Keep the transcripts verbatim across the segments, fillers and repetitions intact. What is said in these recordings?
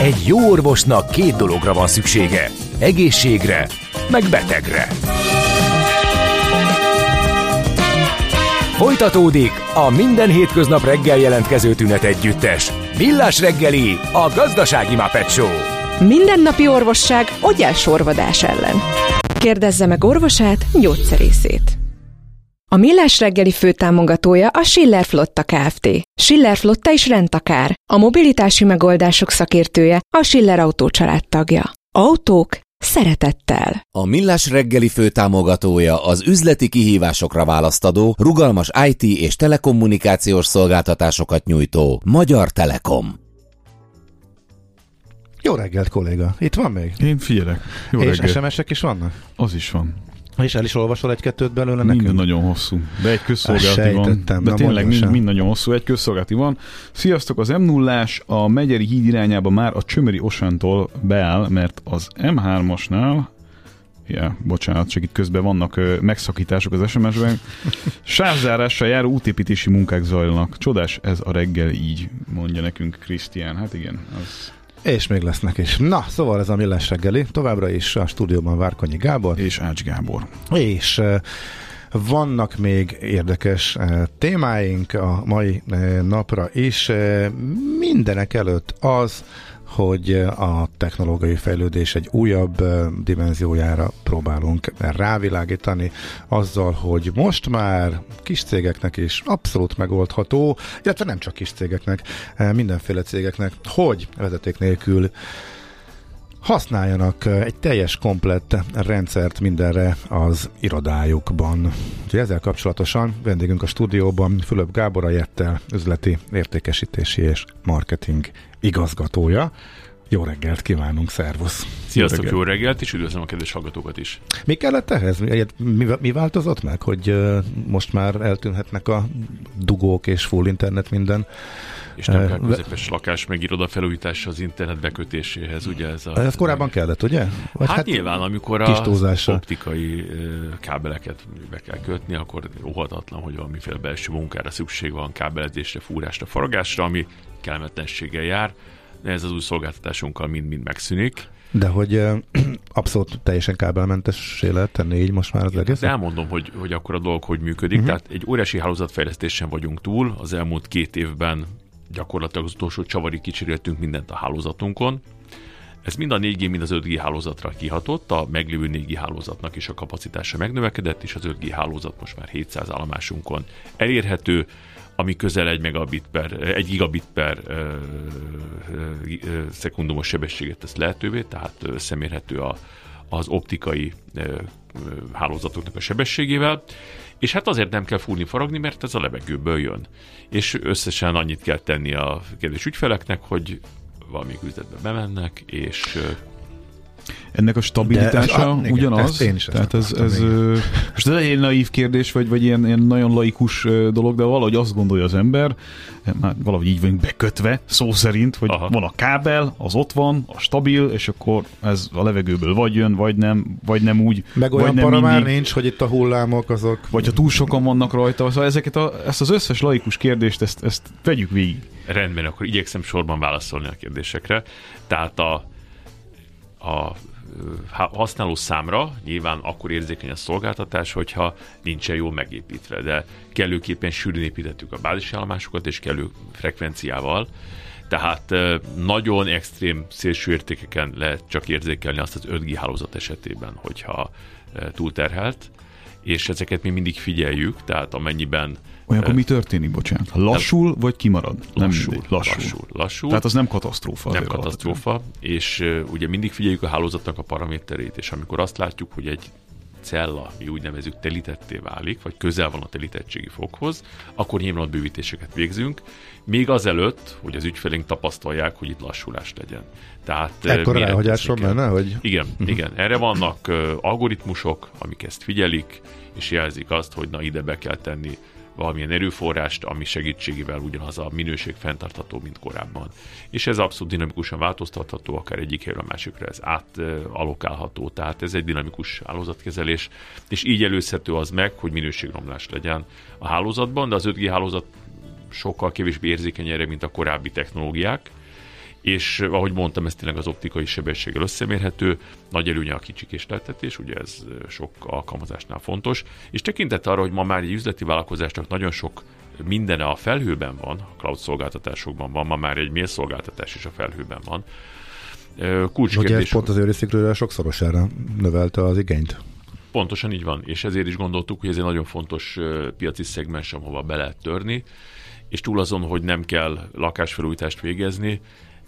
Egy jó orvosnak két dologra van szüksége. Egészségre, meg betegre. Folytatódik a minden hétköznap reggel jelentkező tünet együttes. Millás reggeli, a gazdasági Muppet Show. Mindennapi orvosság ogyásorvadás ellen. Kérdezze meg orvosát, gyógyszerészét. A Millás reggeli főtámogatója a Schiller Flotta Kft. Schiller Flotta is rendtakár. A mobilitási megoldások szakértője, a Schiller Autó család tagja. Autók szeretettel. A Millás reggeli főtámogatója az üzleti kihívásokra választadó, rugalmas i té és telekommunikációs szolgáltatásokat nyújtó Magyar Telekom. Jó reggelt, kolléga. Itt van még? Én figyelek. Jó és reggelt. es em es-ek is vannak? Az is van. És el is olvasol egy-kettőt belőle Minden nekünk? nagyon hosszú. De egy közszolgálati van. De Na, tényleg mind, mind nagyon hosszú. Egy közszolgálati van. Sziasztok, az em nullás a Megyeri híd irányába már a Csömöri Osántól beáll, mert az em hármasnál ja, bocsánat, csak itt közben vannak ö, megszakítások az es em es-ben. Sávzárással járó útépítési munkák zajlanak. Csodás ez a reggel így, mondja nekünk Krisztián. Hát igen, az... És még lesznek is. Na, szóval ez a Millás reggeli. Továbbra is a stúdióban Várkonyi Gábor. És Ács Gábor. És uh, vannak még érdekes uh, témáink a mai uh, napra is. Uh, mindenek előtt az, hogy a technológiai fejlődés egy újabb uh, dimenziójára próbálunk rávilágítani azzal, hogy most már kis cégeknek is abszolút megoldható, illetve nem csak kis cégeknek, uh, mindenféle cégeknek, hogy vezeték nélkül használjanak egy teljes, komplett rendszert mindenre az irodájukban. Úgyhogy ezzel kapcsolatosan vendégünk a stúdióban Fülöp Gábor, a Jettel üzleti értékesítési és marketing igazgatója. Jó reggelt kívánunk, szervusz! Sziasztok, jó reggelt, jó reggelt és üdvözlöm a kedves hallgatókat is! Mi kellett ehhez? Mi, mi változott meg, hogy uh, most már eltűnhetnek a dugók és full internet minden? És nem kell közepes lakás meg iroda felújítása az internet bekötéséhez, ugye ez a... Ez korábban kellett, ugye? Vagy hát, hát nyilván, amikor az optikai uh, kábeleket be kell kötni, akkor óhatatlan, hogy valamiféle belső munkára szükség van, kábelezésre, fúrásra, faragásra, ami kellemetlenséggel jár. De ez az új szolgáltatásunkkal mind-mind megszűnik. De hogy uh, abszolút teljesen kábelmentessé lehet tenni így most már az egész? De elmondom, hogy, hogy akkor a dolog hogy működik. Uh-huh. Tehát egy óriási hálózatfejlesztésen vagyunk túl. Az elmúlt két évben gyakorlatilag az utolsó csavarig kicseréltünk mindent a hálózatunkon. Ez mind a négy G, mind az öt G hálózatra kihatott. A meglévő négy G hálózatnak is a kapacitása megnövekedett, és az öt G hálózat most már hétszáz állomásunkon elérhető, ami közel egy megabit per, egy gigabit per ö, ö, ö, szekundumos sebességet tesz lehetővé, tehát összemérhető a, az optikai ö, ö, hálózatoknak a sebességével, és hát azért nem kell fúrni, faragni, mert ez a levegőből jön. És összesen annyit kell tenni a kedves ügyfeleknek, hogy valamelyik üzletbe bemennek, és... Ennek a stabilitása ez, ugyanaz? Igen, tehát ez, ez most ez egy naív kérdés, vagy, vagy ilyen, ilyen nagyon laikus dolog, de valahogy azt gondolja az ember, már valahogy így vagyunk bekötve, szó szerint, hogy aha, van a kábel, az ott van, a stabil, és akkor ez a levegőből vagy jön, vagy nem, vagy nem úgy. Meg olyan para már nincs, hogy itt a hullámok azok... Vagy ha túl sokan vannak rajta, szóval ezeket a, ezt az összes laikus kérdést, ezt, ezt vegyük végig. Rendben, akkor igyekszem sorban válaszolni a kérdésekre. Tehát a, a használó számra nyilván akkor érzékeny a szolgáltatás, hogyha nincsen jól megépítve, de kellőképpen sűrűn építettük a bázisállomásokat, és kellő frekvenciával, tehát nagyon extrém szélső értékeken lehet csak érzékelni azt az öt G hálózat esetében, hogyha túlterhelt, és ezeket mi mindig figyeljük, tehát amennyiben... Olyankor mi történik, bocsánat? Lassul, vagy kimarad? Lassul, nem lassul. lassul, lassul. Tehát az nem katasztrófa. Nem katasztrófa, alapvetően. És uh, ugye mindig figyeljük a hálózatnak a paraméterét, és amikor azt látjuk, hogy egy cella, mi úgy nevezzük, telítetté válik, vagy közel van a telítettségi fokhoz, akkor nyilván bővítéseket végzünk, még azelőtt, hogy az ügyfeleink tapasztalják, hogy itt lassulás legyen. Tehát ekkor ráhagyás van benne, hogy... Igen, uh-huh. igen. Erre vannak uh, algoritmusok, amik ezt figyelik, és jelzik azt, hogy na ide be kell tenni valamilyen erőforrást, ami segítségével ugyanaz a minőség fenntartható, mint korábban. És ez abszolút dinamikusan változtatható, akár egyik helyről a másikra ez átalokálható, tehát ez egy dinamikus hálózatkezelés, és így előzhető az meg, hogy minőségromlás legyen a hálózatban, de az öt G hálózat sokkal kevésbé érzékeny erre, mint a korábbi technológiák, és ahogy mondtam, ez tényleg az optikai sebességgel összemérhető, nagy előnye a kicsi késleltetés, ugye ez sok alkalmazásnál fontos, és tekintettel arra, hogy ma már egy üzleti vállalkozásnak nagyon sok minden a felhőben van, a cloud szolgáltatásokban van, ma már egy mail szolgáltatás is a felhőben van. Kulcskérdés. Ugye ez pont az ő részükről sokszorosára növelte az igényt. Pontosan így van, és ezért is gondoltuk, hogy ez egy nagyon fontos piaci szegmens, ahova be lehet törni, és túl azon, hogy nem kell lakásfelújítást végezni,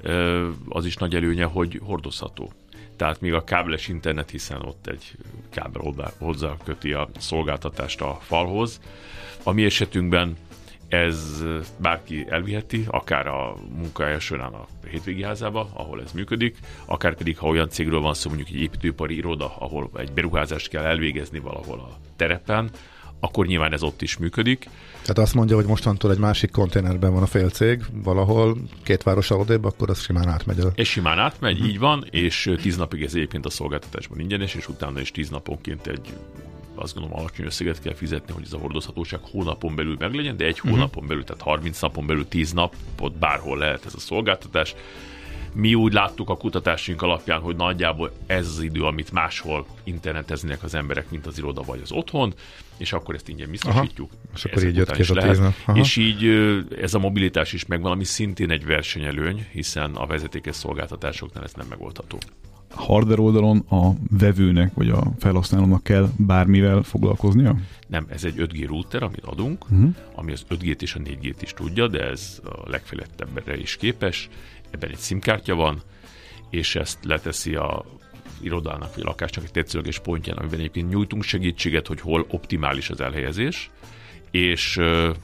az is nagy előnye, hogy hordozható. Tehát még a kábeles internet, hiszen ott egy kábel hozzá köti a szolgáltatást a falhoz. A mi esetünkben ez bárki elviheti, akár a munkahelye során a hétvégi házába, ahol ez működik, akár pedig, ha olyan cégről van szó, mondjuk egy építőipari iroda, ahol egy beruházást kell elvégezni valahol a terepen, akkor nyilván ez ott is működik. Tehát azt mondja, hogy mostantól egy másik konténerben van a fél cég, valahol két város odébb, akkor az simán átmegy. Ez simán átmegy, uh-huh. így van, és tíz napig ez egyébként a szolgáltatásban ingyenes, és utána is tíz naponként egy, azt gondolom, alacsony összeget kell fizetni, hogy ez a hordozhatóság hónapon belül meglegyen, de egy uh-huh. hónapon belül, tehát harminc napon belül tíz napot bárhol lehet ez a szolgáltatás. Mi úgy láttuk a kutatásunk alapján, hogy nagyjából ez az idő, amit máshol interneteznek az emberek, mint az iroda vagy az otthon, és akkor ezt ingyen biztosítjuk. Aha, és akkor így jött ki ez a tíz nap. És így ez a mobilitás is megvan, ami szintén egy versenyelőny, hiszen a vezetékes szolgáltatásoknál ez nem megoldható. Hardware oldalon a vevőnek, vagy a felhasználónak kell bármivel foglalkoznia? Nem, ez egy öt G router, amit adunk, uh-huh. ami az öt G-t és a négy G-t is tudja, de ez a legfejlettebbre is képes. Ebben egy SIM-kártya van, és ezt leteszi a irodának vagy a lakásnak egy tetszőleges pontján, amiben egyébként nyújtunk segítséget, hogy hol optimális az elhelyezés, és,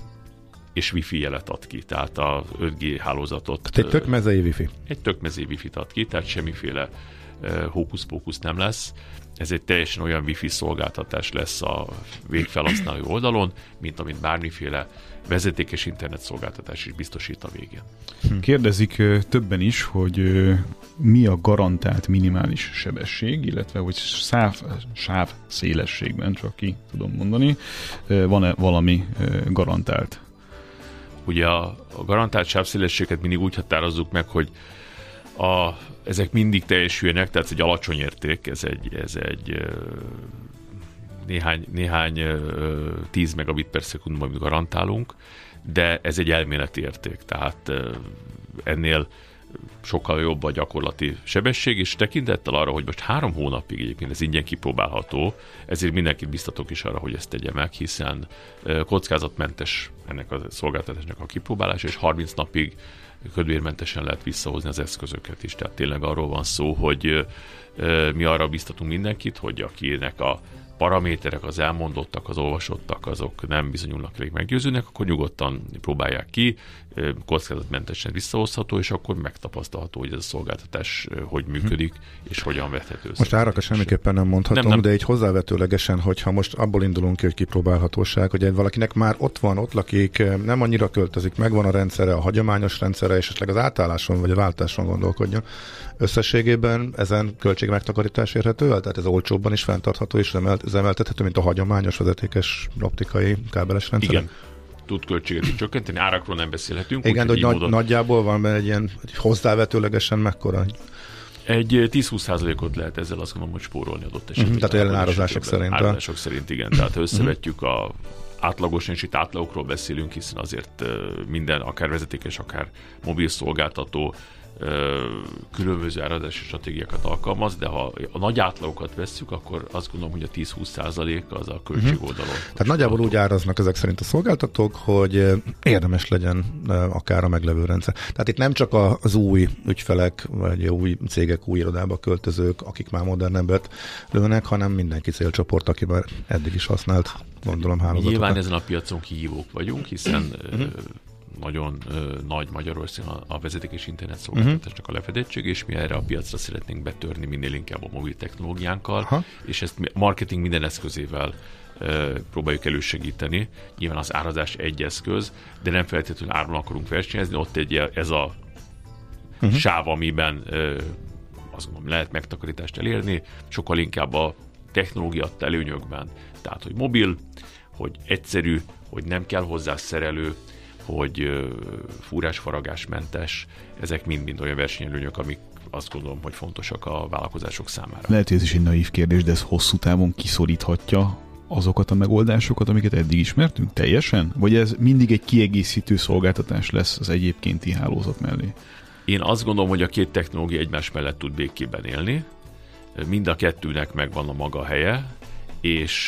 és Wi-Fi jelet ad ki, tehát az öt G hálózatot. Tehát egy tök mezei Wi-Fi. Egy tök mezei Wi-Fi-t ad ki, tehát semmiféle hókusz-pókusz nem lesz. Ez egy teljesen olyan Wi-Fi szolgáltatás lesz a végfelhasználó oldalon, mint amit bármiféle vezetékes internet szolgáltatás is biztosít a végén. Kérdezik többen is, hogy mi a garantált minimális sebesség, illetve hogy száv, sáv szélességben, csak ki tudom mondani, van-e valami garantált? Ugye a, a garantált sávszélességet mindig úgy határozzuk meg, hogy a, ezek mindig teljesüljenek, tehát ez egy alacsony érték, ez egy, ez egy néhány, néhány tíz megabit per szekundumban, amit garantálunk, de ez egy elméleti érték, tehát ennél sokkal jobb a gyakorlati sebesség, és tekintettel arra, hogy most három hónapig egyébként ez ingyen kipróbálható, ezért mindenkit biztatok is arra, hogy ezt tegye meg, hiszen kockázatmentes ennek a szolgáltatásnak a kipróbálása, és harminc napig ködvérmentesen lehet visszahozni az eszközöket is. Tehát tényleg arról van szó, hogy mi arra biztatunk mindenkit, hogy akinek a paraméterek, az elmondottak, az olvasottak, azok nem bizonyulnak elég meggyőzőnek, akkor nyugodtan próbálják ki, kockázatmentesen visszahozható, és akkor megtapasztalható, hogy ez a szolgáltatás hogy működik, és hogyan vethető. Most árakat semmiképpen nem mondhatom, nem, nem. De így hozzávetőlegesen, hogyha most abból indulunk ki, hogy kipróbálhatóság, hogy egy valakinek már ott van, ott lakik, nem annyira költözik, megvan a rendszere, a hagyományos rendszere, és esetleg az átálláson vagy a váltáson gondolkodjon. Összességében ezen költségmegtakarítás érhető el? Tehát ez olcsóbban is fenntartható és üzemeltethető, mint a hagyományos vezetékes optikai kábeles rendszer? Igen. Tud költséget is csökkenteni, árakról nem beszélhetünk. Igen, hogy nagy, módon... nagyjából van benne egy ilyen hozzávetőlegesen mekkora? Egy tíz-húsz százalékot lehet ezzel azt gondolom, hogy spórolni adott esetben. Mm, tehát jelen árazások szerint. Árazások szerint, igen. Tehát ha összevetjük a átlagosan, és itt átlagokról beszélünk, hiszen azért minden, akár vezetékes, akár mobil szolgáltató különböző árazási stratégiákat alkalmaz, de ha a nagy átlagokat vesszük, akkor azt gondolom, hogy a tíz-húsz százalék az a költség oldalon. Uh-huh. Tehát nagyjából úgy áraznak ezek szerint a szolgáltatók, hogy érdemes legyen akár a meglevő rendszer. Tehát itt nem csak az új ügyfelek, vagy új cégek, új irodába költözők, akik már modernebbet lőnek, hanem mindenki célcsoport, aki már eddig is használt, gondolom, hálózatokat. Nyilván ezen a piacon kihívók vagyunk, hiszen uh-huh. nagyon ö, nagy Magyarországon a, a vezetékes internet szolgáltatásnak a lefedettség, és mi erre a piacra szeretnénk betörni minél inkább a mobil technológiánkkal, Aha. és ezt marketing minden eszközével ö, próbáljuk elősegíteni. Nyilván az árazás egy eszköz, de nem feltétlenül áron akarunk versenyezni, ott egy ez a uh-huh. sáv, amiben ö, azt gondolom, lehet megtakarítást elérni, sokkal inkább a technológia adta előnyökben. Tehát, hogy mobil, hogy egyszerű, hogy nem kell hozzá szerelő, hogy fúrás-faragásmentes, ezek mind-mind olyan versenyelőnyök, amik azt gondolom, hogy fontosak a vállalkozások számára. Lehet, hogy ez is egy naív kérdés, de ez hosszú távon kiszoríthatja azokat a megoldásokat, amiket eddig ismertünk teljesen? Vagy ez mindig egy kiegészítő szolgáltatás lesz az egyébkénti hálózat mellé? Én azt gondolom, hogy a két technológia egymás mellett tud békében élni. Mind a kettőnek megvan a maga helye, és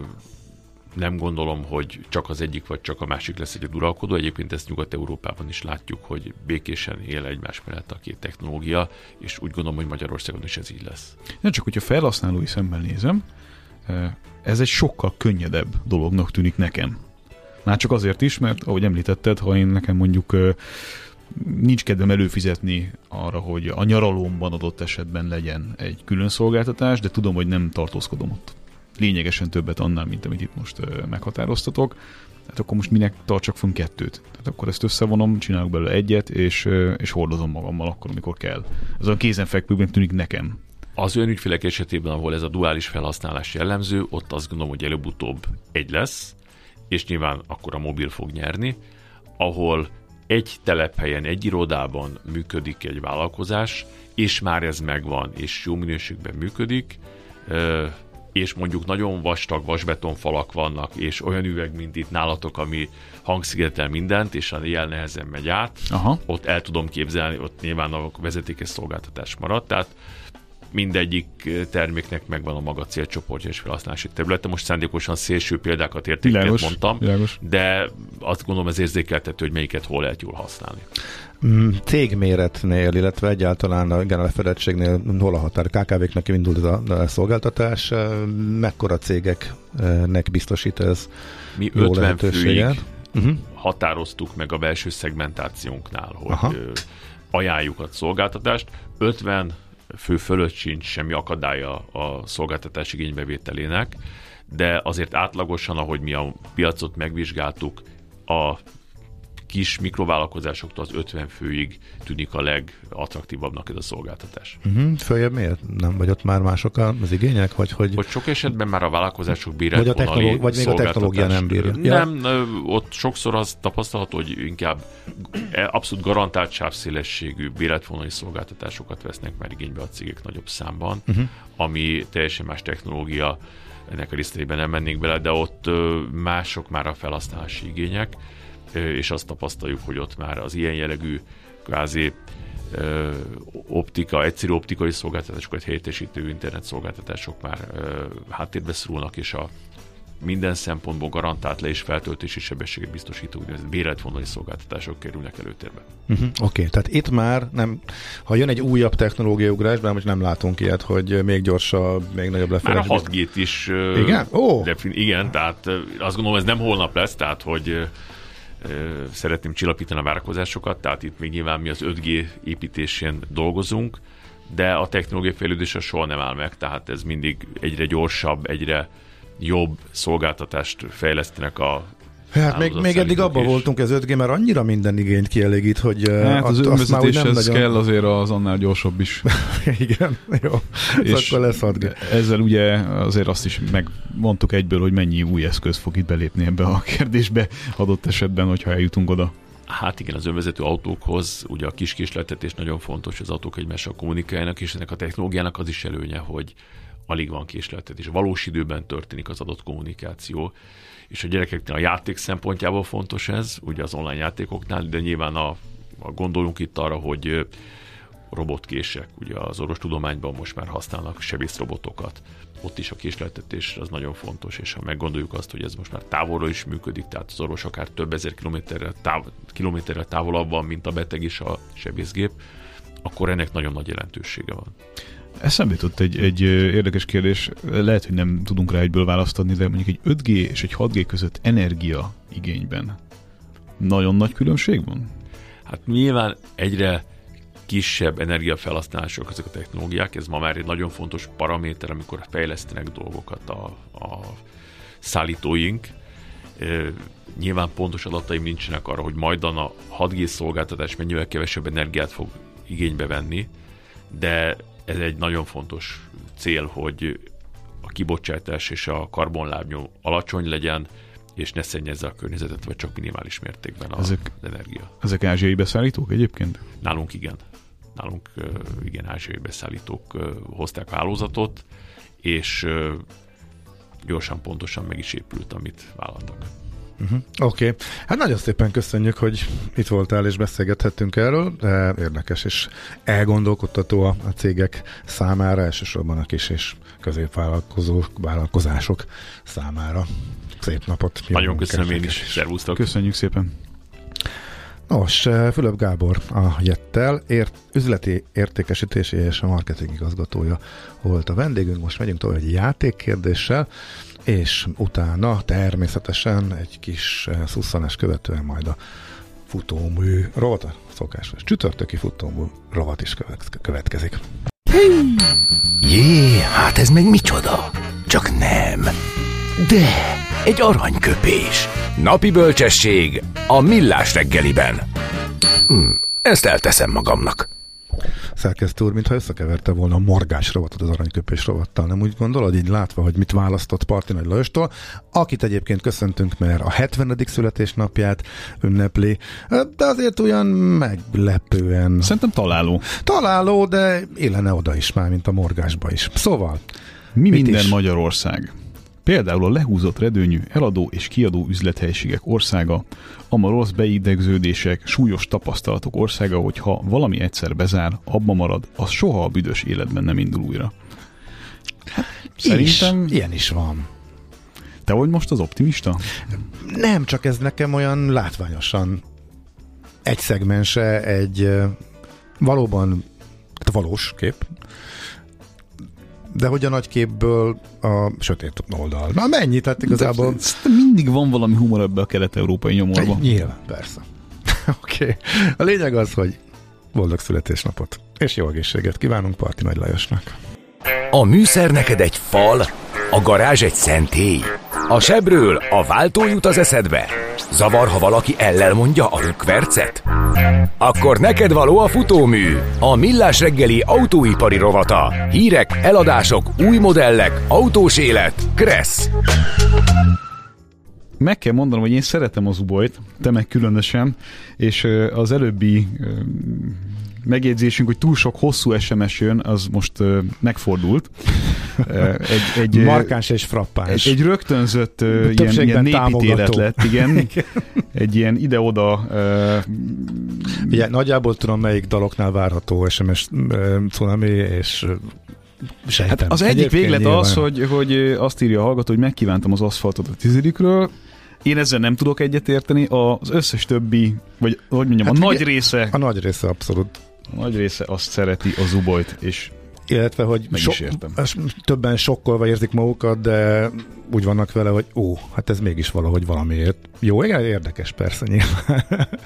nem gondolom, hogy csak az egyik vagy csak a másik lesz egy uralkodó. Egyébként ezt Nyugat-Európában is látjuk, hogy békésen él egymás mellett a két technológia, és úgy gondolom, hogy Magyarországon is ez így lesz. Nem csak, hogyha felhasználói szemmel nézem, ez egy sokkal könnyedebb dolognak tűnik nekem. Már csak azért is, mert ahogy említetted, ha én nekem mondjuk nincs kedvem előfizetni arra, hogy a nyaralomban adott esetben legyen egy külön szolgáltatás, de tudom, hogy nem tartózkodom ott lényegesen többet annál, mint amit itt most meghatároztatok. Tehát akkor most minek tartsak fönn kettőt? Tehát akkor ezt összevonom, csinálok belőle egyet, és, és hordozom magammal akkor, amikor kell. Ez olyan kézenfekvőben tűnik nekem. Az olyan ügyfelek esetében, ahol ez a duális felhasználás jellemző, ott azt gondolom, hogy előbb-utóbb egy lesz, és nyilván akkor a mobil fog nyerni, ahol egy telephelyen, egy irodában működik egy vállalkozás, és már ez megvan, és jó minőségben működik, és mondjuk nagyon vastag vasbeton falak vannak, és olyan üveg, mint itt nálatok, ami hangszigetel mindent, és a jel nehezen megy át, aha, ott el tudom képzelni, ott nyilván a vezetékes szolgáltatás maradt, tehát mindegyik terméknek megvan a maga célcsoportja és felhasználási területe. Most szándékosan szélső példákat értéket mondtam, világos. De azt gondolom, ez érzékeltető, hogy melyiket hol lehet jól használni. Cégméretnél, illetve egyáltalán a lefedettségnél hol a határ? ká ká véknek indult a, a szolgáltatás. Mekkora cégeknek biztosít ez? Mi ötven főig uh-huh. határoztuk meg a belső szegmentációnknál, hogy aha, ajánljuk a szolgáltatást. ötven fő fölött sincs semmi akadálya a szolgáltatás igénybevételének, de azért átlagosan, ahogy mi a piacot megvizsgáltuk, a kis mikrovállalkozásoktól az ötven főig tűnik a legattraktívabbnak ez a szolgáltatás. Uh-huh. Följebb miért? Nem vagy ott már mások az igények? Vagy, hogy... hogy sok esetben már a vállalkozások bérelt vagy, a technológi- vagy még a technológia nem bírja. Nem, ja. Ott sokszor az tapasztalható, hogy inkább abszolút garantált sávszélességű béletvonali szolgáltatásokat vesznek már igénybe a cégek nagyobb számban, uh-huh. ami teljesen más technológia, ennek a részletében nem mennénk bele, de ott mások már a felhasználási igények, és azt tapasztaljuk, hogy ott már az ilyen jellegű kvázi ö, optika, egyszerű optikai szolgáltatásokat helyettesítő internet szolgáltatások már ö, háttérbe szorulnak, és a minden szempontból garantált le- és feltöltési sebességet biztosító béletvonali szolgáltatások kerülnek előtérbe. Uh-huh. Oké, okay. Tehát itt már nem, ha jön egy újabb technológiaugrás, bár most nem látunk ilyet, hogy még gyorsabb, még nagyobb lefedés. Már a hat G-t is igen? Oh. Defin- igen, tehát azt gondolom, ez nem holnap lesz, tehát hogy szeretném csillapítani a várakozásokat, tehát itt még nyilván mi az öt G építésén dolgozunk, de a technológiai fejlődése soha nem áll meg, tehát ez mindig egyre gyorsabb, egyre jobb szolgáltatást fejlesztenek a Hát még, még eddig abban voltunk, ez öt G, mert annyira minden igényt kielégít, hogy hát az önvezetéshez nagyon... kell azért az annál gyorsabb is. Igen, jó. És akkor lesz hat G. Ezzel ugye azért azt is megmondtuk egyből, hogy mennyi új eszköz fog itt belépni ebbe a kérdésbe adott esetben, hogyha eljutunk oda. Hát igen, az önvezető autókhoz ugye a kis késleltetés nagyon fontos, hogy az autók egymással kommunikáljanak, és ennek a technológiának az is előnye, hogy alig van késleltetés. Valós időben történik az adott kommunikáció, és a gyerekeknél a játék szempontjából fontos ez, ugye az online játékoknál, de nyilván a, a gondolunk itt arra, hogy robotkések, ugye az orvostudományban most már használnak sebészrobotokat, ott is a késleltetés az nagyon fontos, és ha meggondoljuk azt, hogy ez most már távolról is működik, tehát az orvos akár több ezer kilométerrel, táv, kilométerrel távolabb van, mint a beteg és a sebészgép, akkor ennek nagyon nagy jelentősége van. Eszembe jutott egy, egy érdekes kérdés, lehet, hogy nem tudunk rá egyből választ adni, de mondjuk egy öt G és egy hat G között energia igényben nagyon nagy különbség van? Hát nyilván egyre kisebb energiafelhasználások ezek a technológiák, ez ma már egy nagyon fontos paraméter, amikor fejlesztenek dolgokat a, a szállítóink. E, nyilván pontos adataim nincsenek arra, hogy majdan a hat G szolgáltatás mennyivel kevesebb energiát fog igénybe venni, de ez egy nagyon fontos cél, hogy a kibocsátás és a karbonlábnyom alacsony legyen, és ne szennyezze a környezetet, vagy csak minimális mértékben az ezek, energia. Ezek ázsiai beszállítók egyébként? Nálunk igen. Nálunk igen, ázsiai beszállítók hozták a hálózatot, és gyorsan, pontosan meg is épült, amit vállaltak. Uh-huh. Oké. Okay. Hát nagyon szépen köszönjük, hogy itt voltál és beszélgethettünk erről. De érdekes és elgondolkodtató a, a cégek számára, elsősorban a kis és középvállalkozó vállalkozások számára. Szép napot! Nagyon köszönöm én is. Szervusztok! Köszönjük szépen! Nos, Fülöp Gábor a Jettel ért, üzleti értékesítési és a marketing igazgatója volt a vendégünk. Most megyünk tovább egy játékkérdéssel, és utána természetesen egy kis szusszanás követően majd a futómű rovat, a szokásos csütörtöki futómű rovat is következik. Jé, hát ez meg micsoda? Csak nem. De egy aranyköpés. Napi bölcsesség a Millás reggeliben. Hm, ezt elteszem magamnak. Szerkesztő úr, mintha összekeverte volna a morgás rovatot az aranyköpés rovattal. Nem úgy gondolod, így látva, hogy mit választott Parti Nagy Lajostól, akit egyébként köszöntünk, mert a hetvenedik születésnapját ünnepli, de azért olyan meglepően... Szerintem találó. Találó, de illene oda is már, mint a morgásba is. Szóval... Mi minden is? Magyarország? Például a lehúzott redőnyű, eladó és kiadó üzlethelyiségek országa, a rossz beidegződések, súlyos tapasztalatok országa, hogyha valami egyszer bezár, abba marad, az soha a büdös életben nem indul újra. Hát, szerintem... Is, ilyen is van. Te vagy most az optimista? Nem, csak ez nekem olyan látványosan egy szegmense, egy valóban valós kép, de hogy a nagy képből a sötét oldal. Na mennyi? Tehát igazából... De, de mindig van valami humor ebbe a kelet-európai nyomorban. Nyilván, persze. Oké. Okay. A lényeg az, hogy boldog születésnapot és jó egészséget kívánunk Parti Nagy Lajosnak. A műszer neked egy fal, a garázs egy szentély. A sebről a váltó jut az eszedbe. Zavar, ha valaki ellel mondja a rükvercet? Akkor neked való a futómű, a Millás reggeli autóipari rovata. Hírek, eladások, új modellek, autós élet, Kressz. Meg kell mondanom, hogy én szeretem az Uboyt, te meg különösen, és az előbbi megjegyzésünk, hogy túl sok hosszú es em es jön, az most uh, megfordult. Egy, egy, markáns és frappáns. Egy, egy rögtönzött uh, ilyen, ilyen népítélet lett, igen. igen. Egy ilyen ide-oda... Uh, ugye, nagyjából tudom, melyik daloknál várható es em es uh, cunami, és sejtem. Hát az egyik véglet az, hogy, hogy azt írja a hallgató, hogy megkívántam az aszfaltot a tizedikről. Én ezzel nem tudok egyetérteni, az összes többi, vagy hogy mondjam, hát a nagy része... A nagy része abszolút. A nagy része azt szereti az Uboyt, és illetve, hogy so, többen sokkolva érzik magukat, de úgy vannak vele, hogy ó, hát ez mégis valahogy valamiért. Jó, igen, érdekes persze nyilván.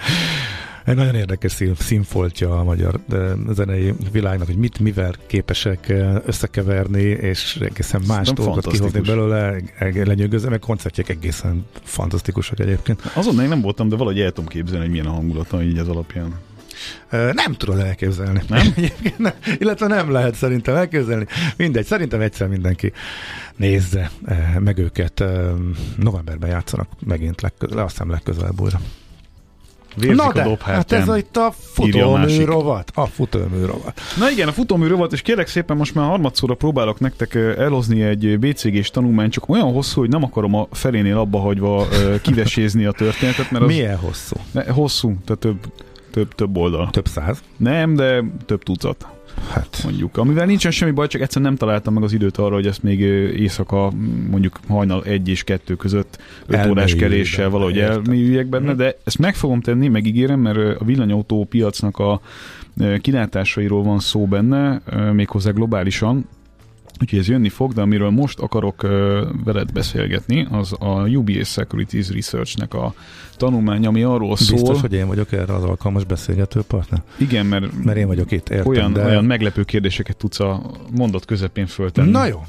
Egy nagyon érdekes színfoltja a magyar zenei világnak, hogy mit, mivel képesek összekeverni, és egészen más dolgokat kihozni belőle, lenyűgöző, meg koncertjek egészen fantasztikusak egyébként. Azon még nem voltam, de valahogy el tudom képzelni, hogy milyen a hangulata így ez alapján. Nem tudod elképzelni. Nem? nem? Illetve nem lehet szerintem elképzelni. Mindegy, szerintem egyszer mindenki nézze meg őket. Novemberben játszanak megint, legközelebb, azt hiszem legközelebb újra. Vérzik Na a de, dobhártyán. hát ez itt a futómű rovat. A futómű rovat. Na igen, a futómű rovat, és kérlek szépen most már harmadszorra próbálok nektek elhozni egy bé cé gés tanulmányt, csak olyan hosszú, hogy nem akarom a felénél abba hagyva kivesézni a történetet. Mert az milyen hosszú? Hosszú, tehát több, több, több oldal. Több száz? Nem, de több tucat. Hát. Mondjuk. Amivel nincsen semmi baj, csak egyszerűen nem találtam meg az időt arra, hogy ezt még éjszaka, mondjuk hajnal egy és kettő között öt órás keréssel valahogy elmélyüljek benne, de ezt meg fogom tenni, megígérem, mert a villanyautó piacnak a kilátásairól van szó benne, méghozzá globálisan, úgyhogy ez jönni fog, de amiről most akarok uh, veled beszélgetni, az a u bé es Securities Research-nek a tanulmány, ami arról szól... Biztos, hogy én vagyok erre az alkalmas beszélgető partner? Igen, mert, mert én vagyok itt, értem, olyan, de... olyan meglepő kérdéseket tudsz a mondat közepén föltenni. Na jó,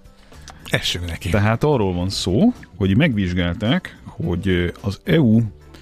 essünk neki. Tehát arról van szó, hogy megvizsgálták, hogy az é u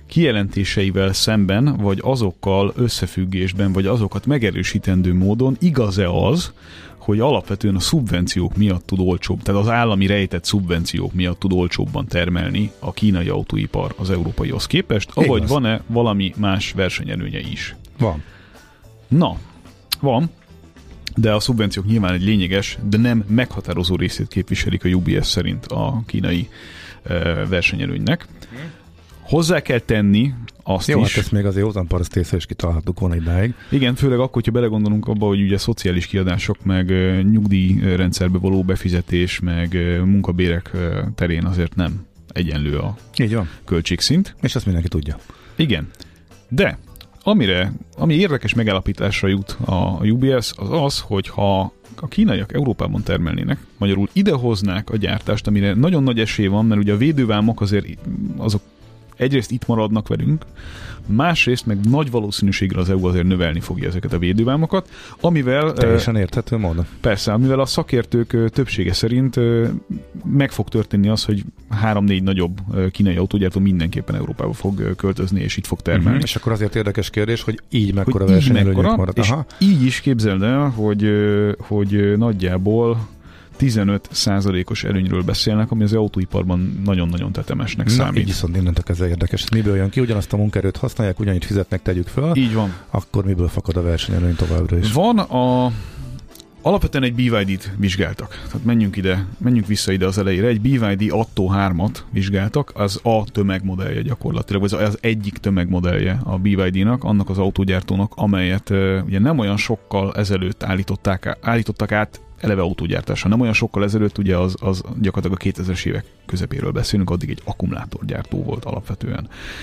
kijelentéseivel szemben, vagy azokkal összefüggésben, vagy azokat megerősítendő módon igaz-e az, hogy alapvetően a szubvenciók miatt tud olcsóbb, tehát az állami rejtett szubvenciók miatt tud olcsóbban termelni a kínai autóipar az európaihoz képest, avagy van-e valami más versenyelőnye is? Van. Na, van, de a szubvenciók nyilván egy lényeges, de nem meghatározó részét képviselik a U B S szerint a kínai uh, versenyelőnynek. Hozzá kell tenni azt Jó, is... hát ezt még azért józan parasztészre is kitaláltuk volna idáig. Igen, főleg akkor, hogyha belegondolunk abba, hogy ugye szociális kiadások, meg uh, nyugdíjrendszerbe való befizetés, meg uh, munkabérek uh, terén azért nem egyenlő a Így van. költségszint. És ezt mindenki tudja. Igen. De amire, ami érdekes megállapításra jut a U B S, az az, hogy ha a kínaiak Európában termelnének, magyarul idehoznák a gyártást, amire nagyon nagy esély van, mert ugye a védővámok azért azok egyrészt itt maradnak velünk, másrészt meg nagy valószínűséggel az E U azért növelni fogja ezeket a védővámokat, amivel... Teljesen érthető módon. Persze, amivel a szakértők többsége szerint meg fog történni az, hogy három-négy nagyobb kínai autógyártó mindenképpen Európába fog költözni, és itt fog termelni. Uh-huh. És akkor azért érdekes kérdés, hogy így mekkora versenyelőnyük marad. És Aha. így is képzeld el, hogy, hogy nagyjából tizenöt százalékos előnyről beszélnek, ami az autóiparban nagyon-nagyon tetemesnek Na, számít. így viszont innentől ez érdekes. Miből jön ki? Ugyanazt a munkaerőt használják, ugyanit fizetnek, tegyük föl. Így van. Akkor miből fakad a versenyelőny továbbra is? Van a... Alapvetően egy B Y D-t vizsgáltak. Tehát menjünk ide, menjünk vissza ide az elejére. Egy B Y D Atto hármat vizsgáltak, az a tömegmodellje gyakorlatilag, vagy az egyik tömegmodellje a B Y D-nak, annak az autógyártónak, amelyet ugye nem olyan sokkal ezelőtt állították, állítottak át eleve autógyártásra. Nem olyan sokkal ezelőtt, ugye az, az gyakorlatilag a kétezres évek közepéről beszélünk, addig egy akkumulátorgyártó volt alapvetően.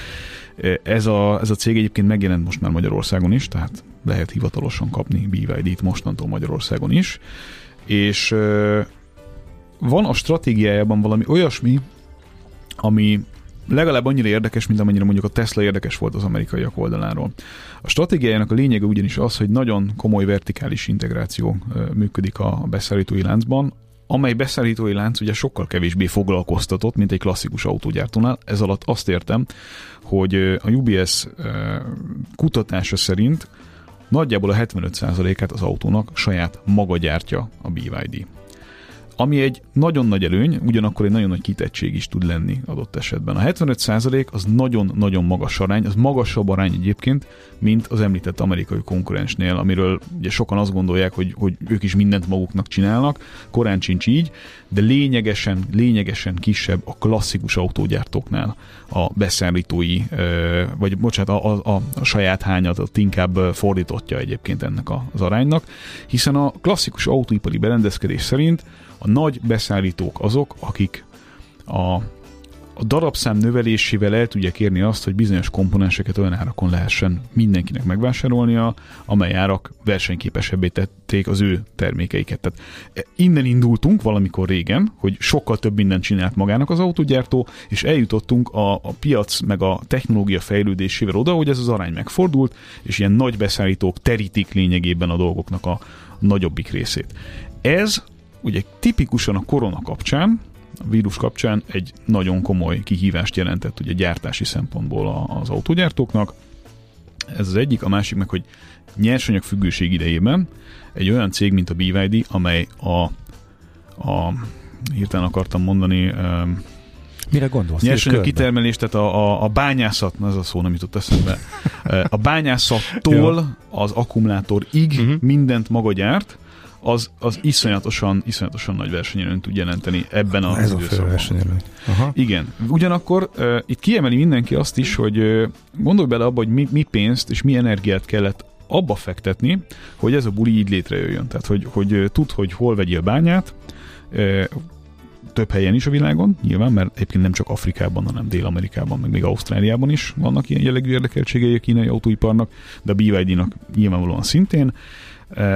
Ez a, ez a cég egyébként megjelent most már Magyarországon is, tehát lehet hivatalosan kapni B Y D-t mostantól Magyarországon is, és van a stratégiájában valami olyasmi, ami legalább annyira érdekes, mint amennyire mondjuk a Tesla érdekes volt az amerikaiak oldaláról. A stratégiájának a lényege ugyanis az, hogy nagyon komoly vertikális integráció működik a beszállítói láncban, amely beszállítói lánc ugye sokkal kevésbé foglalkoztatott, mint egy klasszikus autógyártónál. Ez alatt azt értem, hogy a U B S kutatása szerint nagyjából a hetvenöt százalékát az autónak saját maga gyártja a B Y D. Ami egy nagyon nagy előny, ugyanakkor egy nagyon nagy kitettség is tud lenni adott esetben. A hetvenöt százalék az nagyon-nagyon magas arány, az magasabb arány egyébként, mint az említett amerikai konkurensnél, amiről ugye sokan azt gondolják, hogy, hogy ők is mindent maguknak csinálnak, korán sincs így, de lényegesen, lényegesen kisebb a klasszikus autógyártóknál a beszállítói, vagy bocsánat, a, a, a saját hányadat inkább fordítottja egyébként ennek az aránynak, hiszen a klasszikus autóipari berendezkedés szerint a nagy beszállítók azok, akik a, a darabszám növelésével el tudják érni azt, hogy bizonyos komponenseket olyan árakon lehessen mindenkinek megvásárolnia, amely árak versenyképesebbé tették az ő termékeiket. Tehát innen indultunk valamikor régen, hogy sokkal több mindent csinált magának az autógyártó, és eljutottunk a, a piac meg a technológia fejlődésével oda, hogy ez az arány megfordult, és ilyen nagy beszállítók terítik lényegében a dolgoknak a nagyobbik részét. Ez ugye tipikusan a korona kapcsán, a vírus kapcsán egy nagyon komoly kihívást jelentett ugye gyártási szempontból az autógyártóknak. Ez az egyik, a másik meg, hogy nyersanyag függőség idejében egy olyan cég, mint a B Y D, amely a, a hirtelen akartam mondani, mire gondolsz? Nyersanyag kitermelés, tehát a, a, a bányászat, ez a szó nem jutott eszembe, a bányászattól az akkumulátorig uh-huh. mindent maga gyárt, az, az iszonyatosan, iszonyatosan nagy versenyelőnyt tud jelenteni ebben az Ez időszakban. Ez a versenyelőny. Aha. Igen. Ugyanakkor uh, itt kiemeli mindenki azt is, hogy uh, gondolj bele abba, hogy mi, mi pénzt és mi energiát kellett abba fektetni, hogy ez a buli így létrejöjjön. Tehát, hogy, hogy uh, tudd, hogy hol vegyél bányát, uh, több helyen is a világon, nyilván, mert egyébként nem csak Afrikában, hanem Dél-Amerikában, meg még Ausztráliában is vannak ilyen jellegű érdekeltségei a kínai autóiparnak, de a B Y D-nak nyilvánvalóan szintén. Uh,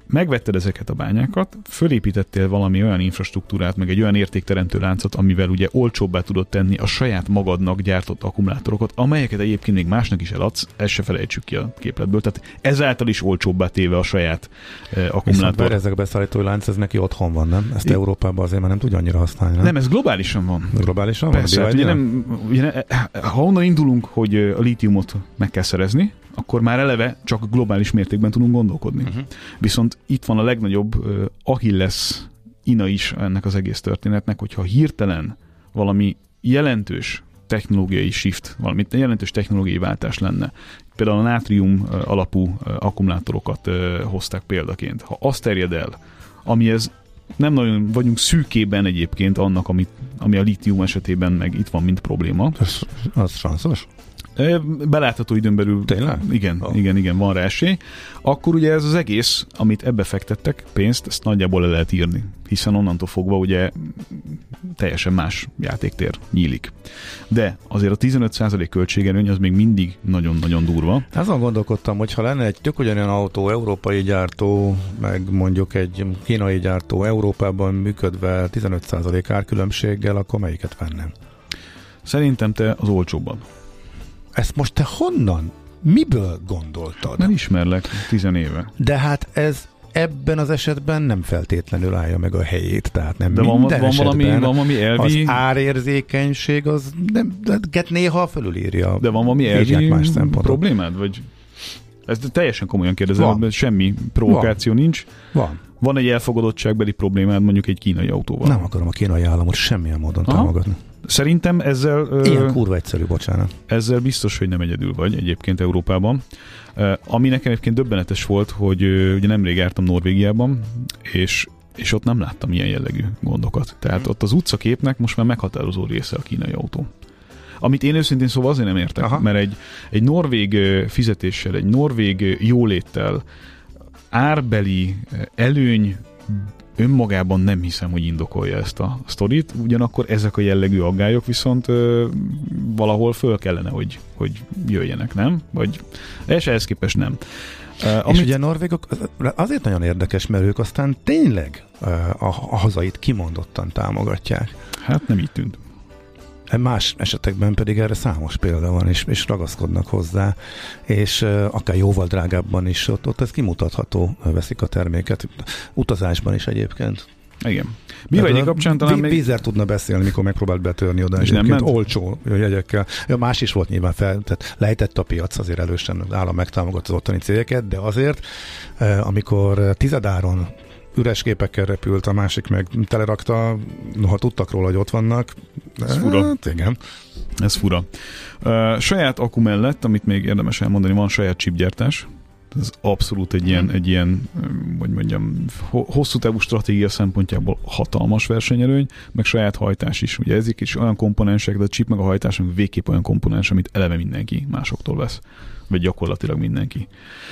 megvetted ezeket a bányákat, fölépítettél valami olyan infrastruktúrát, meg egy olyan értékteremtő láncot, amivel ugye olcsóbbá tudod tenni a saját magadnak gyártott akkumulátorokat, amelyeket egyébként még másnak is eladsz, ezt se felejtsük ki a képletből. Tehát ezáltal is olcsóbbá téve a saját uh, akkumulátor. Viszont ezek a beszállítói lánc, ez neki otthon van, nem? Ezt I... Európában azért már nem tudja annyira használni, nem? Nem, ez globálisan van. Globálisan Persze, van? Hát ugye nem, ugye ne, ha onnan indulunk, hogy a lítiumot meg kell szerezni, akkor már eleve csak globális mértékben tudunk gondolkodni. Uh-huh. Viszont itt van a legnagyobb uh, Achilles ina is ennek az egész történetnek, hogyha hirtelen valami jelentős technológiai shift, valami jelentős technológiai váltás lenne. Például a nátrium uh, alapú uh, akkumulátorokat uh, hozták példaként. Ha azt terjed el, ami ez nem nagyon vagyunk szűkében egyébként annak, amit, ami a lítium esetében meg itt van, mint probléma. Az, az sanszos? Belátható időn belül. Tényleg? Igen, oh. igen, igen, van rá esély. Akkor ugye ez az egész, amit ebbe fektettek, pénzt, ezt nagyjából le lehet írni. Hiszen onnantól fogva ugye teljesen más játéktér nyílik. De azért a tizenöt százalék költségerőny az még mindig nagyon-nagyon durva. Azon gondolkodtam, hogy ha lenne egy tök ugyanolyan autó, európai gyártó, meg mondjuk egy kínai gyártó Európában működve tizenöt százalék árkülönbséggel, akkor melyiket vennem? Szerintem te az olcsóbban. Ezt most te honnan? Miből gondoltad? Nem ismerlek, tizen éve. De hát ez ebben az esetben nem feltétlenül állja meg a helyét, tehát nem de minden van, van esetben valami, van valami elvi... az árérzékenység az nem, de néha fölülírja. De van valami elvi más problémád? Vagy... Ezt teljesen komolyan kérdezem, van. Semmi provokáció van. nincs. Van. Van egy elfogadottságbeli problémád mondjuk egy kínai autóval? Nem akarom a kínai államot semmilyen módon Aha. támogatni. Szerintem ezzel... Ilyen kurva egyszerű, bocsánat. Ezzel biztos, hogy nem egyedül vagy egyébként Európában. Ami nekem egyébként döbbenetes volt, hogy ugye nemrég jártam Norvégiában, és, és ott nem láttam ilyen jellegű gondokat. Tehát ott az utcaképnek most már meghatározó része a kínai autó. Amit én őszintén szóval azért nem értek, Aha. mert egy, egy norvég fizetéssel, egy norvég jóléttel, árbeli előny önmagában nem hiszem, hogy indokolja ezt a sztorit, ugyanakkor ezek a jellegű aggályok viszont ö, valahol föl kellene, hogy, hogy jöjjenek, nem? Vagy és ehhez képest nem. Uh, és amit... ugye a norvégok azért nagyon érdekes, mert ők aztán tényleg uh, a, a hazait kimondottan támogatják. Hát nem így tűnt. Más esetekben pedig erre számos példa van, és, és ragaszkodnak hozzá, és uh, akár jóval drágábban is, ott, ott ez kimutatható, veszik a terméket, utazásban is egyébként. Igen. Bíva egyik kapcsán talán még... Vízer tudna beszélni, mikor megpróbált betörni oda, és egyébként olcsó jegyekkel. Ja, más is volt nyilván fel, tehát lejtett a piac azért elősen, az állam megtámogatta az ottani cégeket, de azért, uh, amikor tizedáron üres képekkel repült, a másik meg telerakta, noha tudtak róla, hogy ott vannak. Ez fura. Hát, igen. Ez fura. Uh, saját akku mellett, amit még érdemes elmondani, van saját chipgyártás. Ez abszolút egy ilyen, egy ilyen, hogy mondjam, hosszú távú stratégia szempontjából hatalmas versenyelőny, meg saját hajtás is. Ugye ezek is olyan komponensek, de a chip meg a hajtás meg végképp olyan komponens, amit eleve mindenki másoktól vesz. Vagy gyakorlatilag mindenki.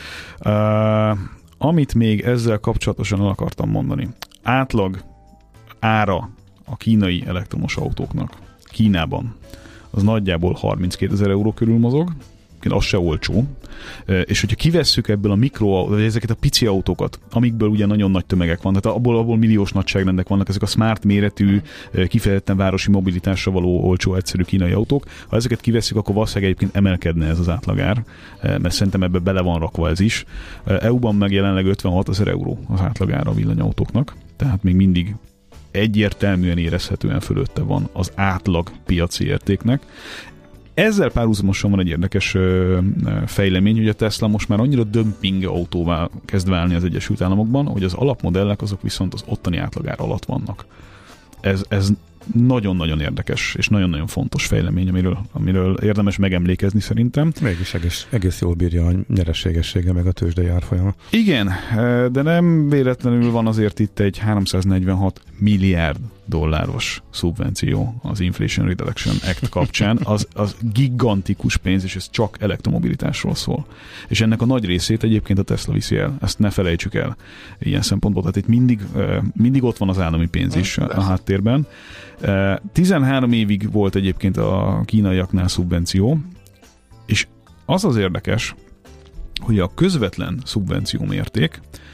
Uh, Amit még ezzel kapcsolatosan el akartam mondani. Átlag ára a kínai elektromos autóknak Kínában az nagyjából harminckétezer euró körül mozog, az se olcsó, és hogyha kivesszük ebből a mikro, vagy ezeket a pici autókat, amikből ugye nagyon nagy tömegek van, tehát abból, abból milliós nagyságrendek vannak, ezek a smart méretű, kifejezetten városi mobilitásra való olcsó, egyszerű kínai autók, ha ezeket kivesszük, akkor valószínűleg egyébként emelkedne ez az átlagár, mert szerintem ebbe bele van rakva ez is. é u-ban meg jelenleg ötvenhatezer euró az átlagára a villanyautóknak, tehát még mindig egyértelműen érezhetően fölötte van az átlag piaci értéknek. Ezzel párhuzamosan van egy érdekes ö, fejlemény, hogy a Tesla most már annyira dömping autóvá kezd válni az Egyesült Államokban, hogy az alapmodellek azok viszont az ottani átlagár alatt vannak. Ez, ez nagyon-nagyon érdekes és nagyon-nagyon fontos fejlemény, amiről, amiről érdemes megemlékezni szerintem. Mégis egész, egész jól bírja a nyereségessége meg a tőzsdei árfolyama. Igen, de nem véletlenül van azért itt egy háromszáznegyvenhat milliárd dolláros szubvenció az Inflation Reduction Act kapcsán. Az, az gigantikus pénz, és ez csak elektromobilitásról szól. És ennek a nagy részét egyébként a Tesla viszi el. Ezt ne felejtsük el ilyen szempontból. Tehát itt mindig, mindig ott van az állami pénz is a háttérben. tizenhárom évig volt egyébként a kínaiaknál szubvenció, és az az érdekes, hogy a közvetlen szubvenció mérték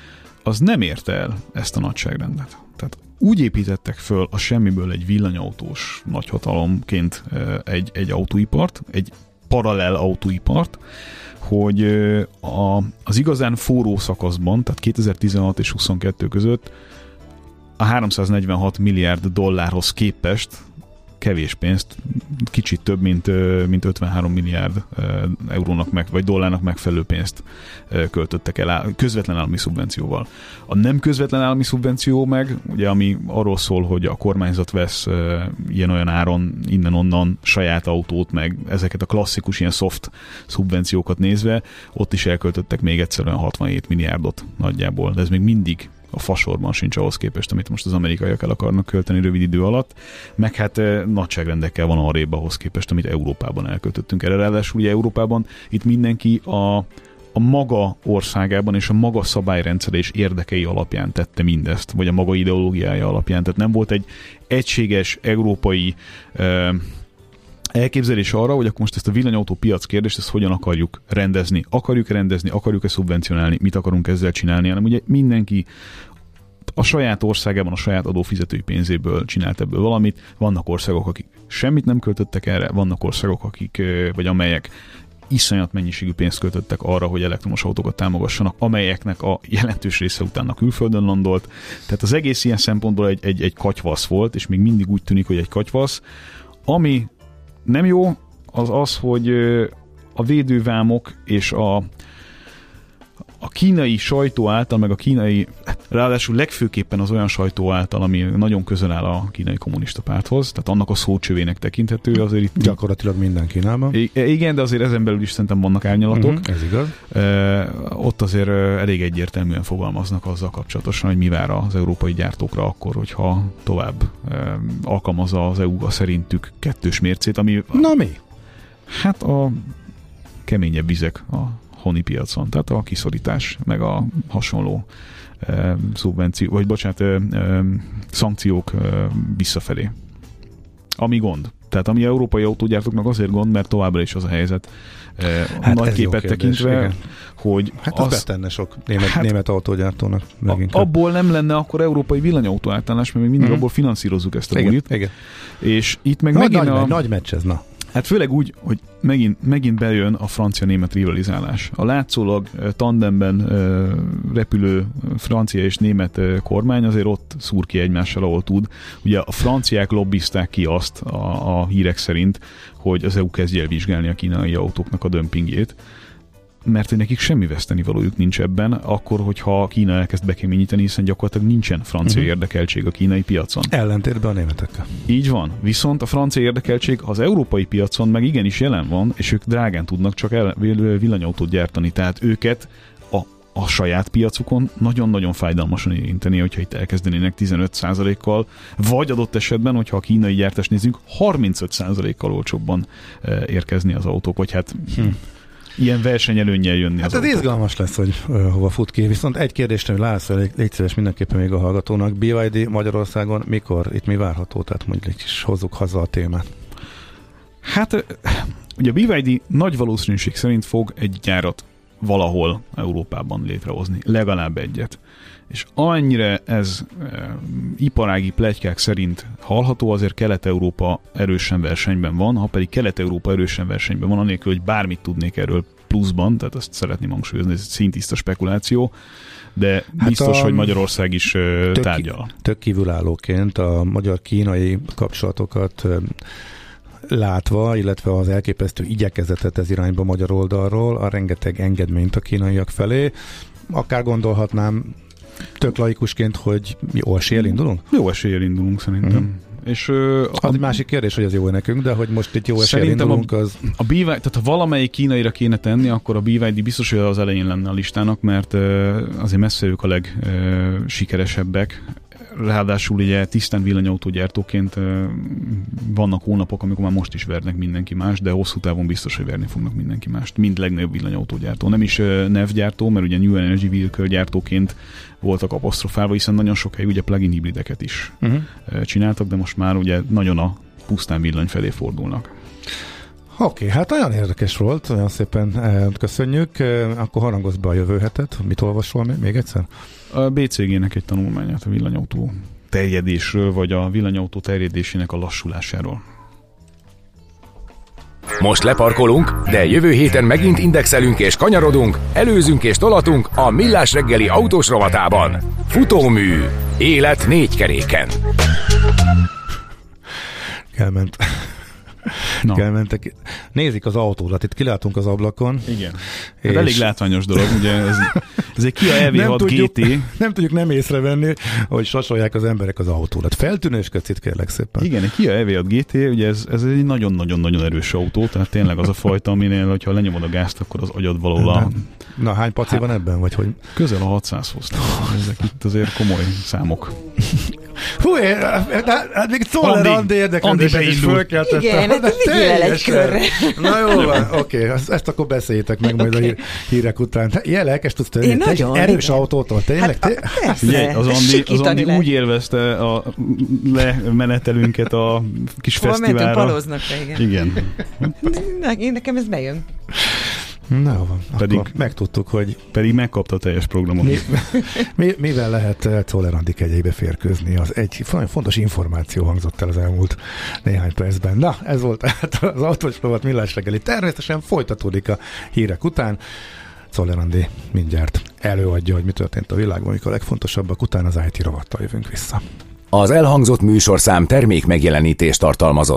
az nem érte el ezt a nagyságrendet. Tehát úgy építettek föl a semmiből egy villanyautós nagyhatalomként egy, egy autóipart, egy paralel autóipart, hogy a, az igazán forró szakaszban, tehát kétezer-tizenhat és huszonkettő között a háromszáznegyvenhat milliárd dollárhoz képest kevés pénzt, kicsit több, mint, mint ötvenhárom milliárd eurónak meg, vagy dollárnak megfelelő pénzt költöttek el közvetlen állami szubvencióval. A nem közvetlen állami szubvenció meg, ugye, ami arról szól, hogy a kormányzat vesz ilyen-olyan áron innen-onnan saját autót, meg ezeket a klasszikus ilyen soft szubvenciókat nézve, ott is elköltöttek még egyszerűen hatvanhét milliárdot nagyjából, de ez még mindig a fasorban sincs ahhoz képest, amit most az amerikaiak el akarnak költeni rövid idő alatt, meg hát nagyságrendekkel van arrébb ahhoz képest, amit Európában elköltöttünk erre. Ráadásul ugye Európában itt mindenki a, a maga országában és a maga szabályrendszere és érdekei alapján tette mindezt, vagy a maga ideológiája alapján. Tehát nem volt egy egységes európai uh, elképzelés arra, hogy akkor most ezt a villanyautó piac kérdést, ezt hogyan akarjuk rendezni. Akarjuk rendezni, akarjuk-e szubvencionálni, mit akarunk ezzel csinálni, hanem ugye mindenki a saját országában, a saját adófizetői pénzéből csinált ebből valamit. Vannak országok, akik semmit nem költöttek erre, vannak országok, akik, vagy amelyek iszonyat mennyiségű pénzt költöttek arra, hogy elektromos autókat támogassanak, amelyeknek a jelentős része utána külföldön landolt. Tehát az egész ilyen szempontból egy, egy, egy katyvasz volt, és még mindig úgy tűnik, hogy egy katyvasz, ami nem jó, az az, hogy a védővámok és a, a kínai sajtó által, meg a kínai, ráadásul legfőképpen az olyan sajtó által, ami nagyon közel áll a kínai kommunista párthoz, tehát annak a szócsövének tekinthető, azért itt... Gyakorlatilag minden Kínában. Igen, de azért ezen belül is szerintem vannak árnyalatok. Uh-huh, ez igaz. E, ott azért elég egyértelműen fogalmaznak azzal kapcsolatosan, hogy mi vár az európai gyártókra akkor, hogyha tovább e, alkalmazza az é u a szerintük kettős mércét, ami... Na mi? Hát a keményebb vizek a honi piacon, tehát a kiszorítás, meg a hasonló e, szubvenció, vagy bocsánat, e, e, szankciók e, visszafelé. Ami gond. Tehát ami európai autógyártóknak azért gond, mert továbbra is az a helyzet, e, hát nagy képet tekintve, igen. Hogy... Hát az, az betenne sok német, hát német autógyártónak. A, abból nem lenne akkor európai villanyautó átállás, mert még mindig mm. abból finanszírozzuk ezt a bulit. És itt meg nagy, megint nagy, a... Nagy meccs ez, na. Hát főleg úgy, hogy megint, megint bejön a francia-német rivalizálás. A látszólag tandemben repülő francia és német kormány azért ott szúr ki egymással, ahol tud. Ugye a franciák lobbizták ki azt a, a hírek szerint, hogy az é u kezdje el vizsgálni a kínai autóknak a dömpingjét, mert hogy nekik semmi vesztenivalójuk nincs ebben, akkor, hogyha Kína elkezd bekeményíteni, hiszen gyakorlatilag nincsen francia uh-huh. érdekeltség a kínai piacon. Ellentétben a németekkel. Így van. Viszont a francia érdekeltség az európai piacon meg igenis jelen van, és ők drágán tudnak csak el, villanyautót gyártani, tehát őket a, a saját piacukon nagyon-nagyon fájdalmasan érinteni, hogyha itt elkezdenének tizenöt százalékkal, vagy adott esetben, hogyha a kínai gyártást nézzük, harmincöt százalékkal olcsóbban érkezni az autók, vagy hát... Hm. ilyen versenyelőnnyel jönni hát az ez izgalmas lesz, hogy uh, hova fut ki. Viszont egy kérdésre, hogy László, légy, légy szíves mindenképpen még a hallgatónak. bé ipszilon dé Magyarországon mikor? Itt mi várható? Tehát mondjuk is hozzuk haza a témát. Hát ugye a bé ipszilon dé nagy valószínűség szerint fog egy gyárat valahol Európában létrehozni. Legalább egyet. És amennyire ez e, iparági pletykák szerint hallható, azért Kelet-Európa erősen versenyben van, ha pedig Kelet-Európa erősen versenyben van, anélkül, hogy bármit tudnék erről pluszban, tehát azt szeretném hangsúlyozni, ez egy szintiszta spekuláció, de hát biztos, a, hogy Magyarország is e, tök, tárgyal. Tök kívülállóként a magyar-kínai kapcsolatokat e, látva, illetve az elképesztő igyekezetet ez irányba magyar oldalról, a rengeteg engedményt a kínaiak felé, akár gondolhatnám tök laikusként, hogy jó eséllyel indulunk? Jó eséllyel indulunk szerintem. Mm. És, uh, az a, egy másik kérdés, hogy az jó nekünk, de hogy most itt jó eséllyel indulunk, az... A bé ipszilon dé, tehát ha valamelyik kínaira kéne tenni, akkor a bé ipszilon dé biztos, hogy az elején lenne a listának, mert uh, azért messze ők a legsikeresebbek. Uh, Ráadásul ugye tisztán villanyautógyártóként uh, vannak hónapok, amikor már most is vernek mindenki más, de hosszú távon biztos, hogy verni fognak mindenki mást. Mind legnagyobb villanyautógyártó. Nem is uh, NEV gyártó, mert ugye New Energy Vehicle gyártóként voltak apostrofálva, hiszen nagyon sokáig ugye plug-in hibrideket is uh-huh. csináltak, de most már ugye nagyon a pusztán villany felé fordulnak. Oké, okay, hát nagyon érdekes volt, olyan szépen köszönjük. Akkor harangozz be a jövő hetet. Mit olvasol még, még egyszer? A bé cé gé-nek egy tanulmányát a villanyautó terjedésről, vagy a villanyautó terjedésének a lassulásáról. Most leparkolunk, de jövő héten megint indexelünk és kanyarodunk, előzünk és tolatunk a Millás reggeli autós rovatában. Futómű. Élet négy keréken. Elment. No. Elmentek. Nézik az autódat, itt kilátunk az ablakon. Igen. És... Hát elég látványos dolog, ugye ez, ez egy Kia E V hat gé té. Nem tudjuk nem észrevenni, hogy sasolják az emberek az autódat. Feltűnősködsz itt, kérlek szépen. Igen, egy Kia E V hat gé té, ugye ez, ez egy nagyon-nagyon-nagyon erős autó, tehát tényleg az a fajta, aminél, hogyha lenyomod a gázt, akkor az agyad valahol a... Na, hány paci van ebben, vagy hogy? Közel a hatszázhoz. Ezek itt azért komoly számok. Hú, hát még Czoller Andi érdeklődésen is fölkeltettem. Igen, hát vigyél egy körre. Na jó van, oké, okay, ezt akkor beszéljétek meg majd okay. a hírek után. Ilyen lelkes tudsz tenni, te nagyon, erős igen. autótól, tényleg? Hát, Ugye, az Andi, az Andi úgy élvezte a lemenetelünket a kis hol fesztiválra. Hol mentünk Palóznakra, igen. Igen. Nekem ez bejön. Na van, pedig, akkor megtudtuk, hogy... Pedig megkapta a teljes programot. Mi, mi, mivel lehet Czoller Andi kegyeibe férkőzni? Az egy nagyon fontos információ hangzott el az elmúlt néhány percben. Na, ez volt az autós rovat Millás reggeli. Természetesen folytatódik a hírek után. Czoller Andi mindjárt előadja, hogy mi történt a világban, amikor a legfontosabbak után az i té rovattal jövünk vissza. Az elhangzott műsorszám termék megjelenítést tartalmazott.